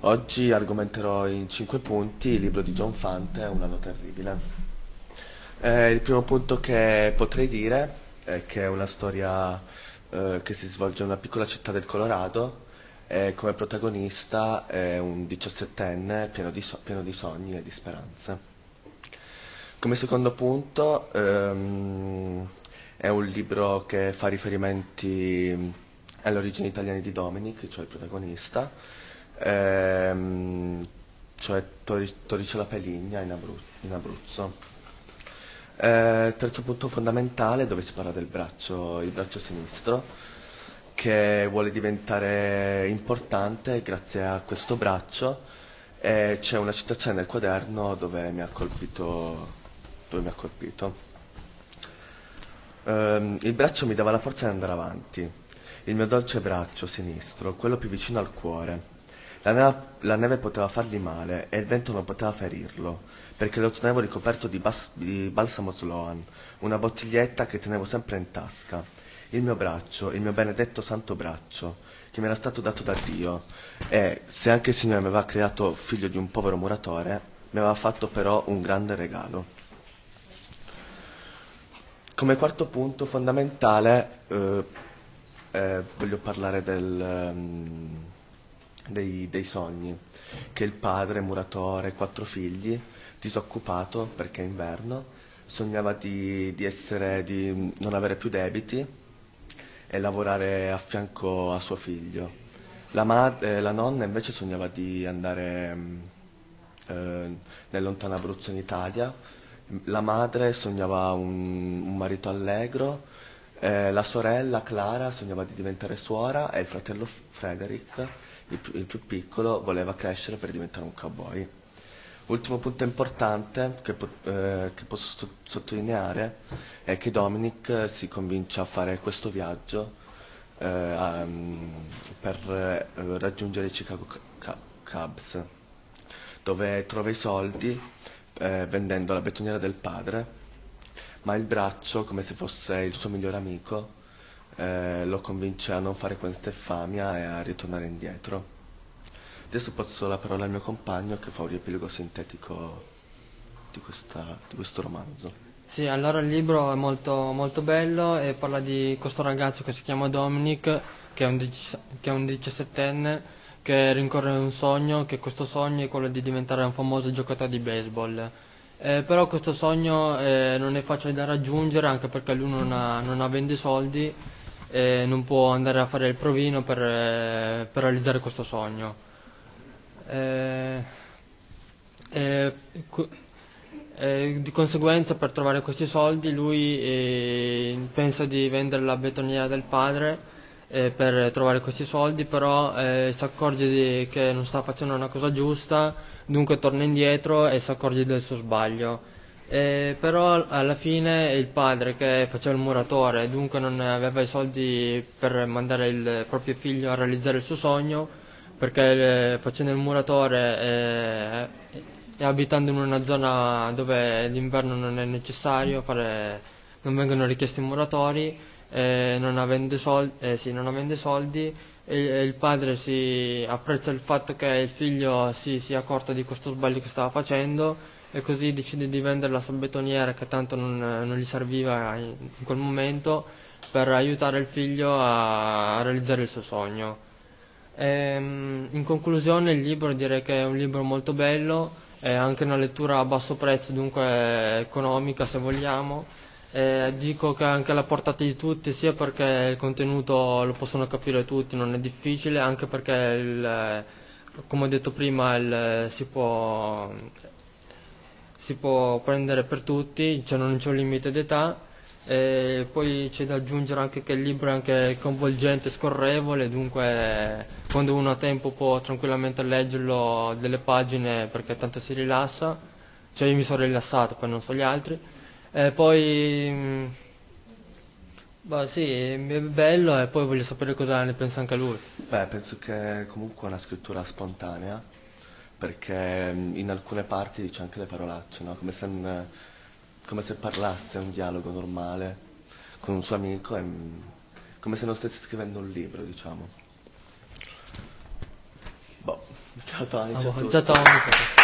Oggi argomenterò in 5 punti il libro di John Fante, Un anno terribile. Il primo punto che potrei dire è che è una storia che si svolge in una piccola città del Colorado e come protagonista è un 17enne pieno di sogni e di speranze. Come secondo punto, è un libro che fa riferimenti alle origini italiane di Dominic, cioè il protagonista, ehm, cioè Torricella Peligna in Abruzzo. Terzo punto fondamentale dove si parla del braccio, il braccio sinistro, che vuole diventare importante grazie a questo braccio e c'è una citazione nel quaderno dove mi ha colpito. Il braccio mi dava la forza di andare avanti, il mio dolce braccio sinistro, quello più vicino al cuore. La neve poteva fargli male e il vento non poteva ferirlo, perché lo tenevo ricoperto di balsamo Sloan, una bottiglietta che tenevo sempre in tasca. Il mio braccio, il mio benedetto santo braccio, che mi era stato dato da Dio, e se anche il Signore mi aveva creato figlio di un povero muratore, mi aveva fatto però un grande regalo. Come quarto punto fondamentale voglio parlare dei sogni, che il padre, muratore, 4 figli, disoccupato perché è inverno, sognava di non avere più debiti e lavorare a fianco a suo figlio. La nonna invece sognava di andare nel lontano Abruzzo in Italia. La madre sognava un marito allegro, la sorella Clara sognava di diventare suora e il fratello Frederick, il più piccolo, voleva crescere per diventare un cowboy. Ultimo punto importante che posso sottolineare è che Dominic si convince a fare questo viaggio per raggiungere i Chicago Cubs, dove trova i soldi vendendo la betoniera del padre, ma il braccio, come se fosse il suo migliore amico, lo convince a non fare questa infamia e a ritornare indietro. Adesso passo la parola al mio compagno che fa un riepilogo sintetico di questo romanzo. Sì, allora il libro è molto, molto bello e parla di questo ragazzo che si chiama Dominic, che è un 17enne, che rincorre un sogno, che questo sogno è quello di diventare un famoso giocatore di baseball. Però questo sogno non è facile da raggiungere anche perché lui non avendo i soldi e non può andare a fare il provino per realizzare questo sogno. Eh, e, cu- di conseguenza per trovare questi soldi lui pensa di vendere la betoniera del padre per trovare questi soldi, però si accorge che non sta facendo una cosa giusta, dunque torna indietro e si accorge del suo sbaglio. Però alla fine il padre che faceva il muratore e dunque non aveva i soldi per mandare il proprio figlio a realizzare il suo sogno, perché facendo il muratore e abitando in una zona dove l'inverno non è necessario non vengono richiesti muratori, non avendo soldi, e il padre si apprezza il fatto che il figlio si sia accorto di questo sbaglio che stava facendo e così decide di vendere la sua betoniera che tanto non gli serviva in quel momento per aiutare il figlio a realizzare il suo sogno. In conclusione il libro direi che è un libro molto bello, è anche una lettura a basso prezzo, dunque economica se vogliamo. Dico che è anche alla portata di tutti, sia perché il contenuto lo possono capire tutti, non è difficile, anche perché come ho detto prima si può prendere per tutti, cioè non c'è un limite d'età. E poi c'è da aggiungere anche che il libro è anche coinvolgente e scorrevole, dunque quando uno ha tempo può tranquillamente leggerlo delle pagine perché tanto si rilassa, cioè io mi sono rilassato, poi non so gli altri. E poi, bah, sì, è bello e poi voglio sapere cosa ne pensa anche lui. Beh, penso che comunque è una scrittura spontanea, perché in alcune parti dice anche le parolacce, no? Come se parlasse un dialogo normale con un suo amico, come se non stesse scrivendo un libro, diciamo. Boh, ciao Tony, ciao a Ciao tutti. Tony.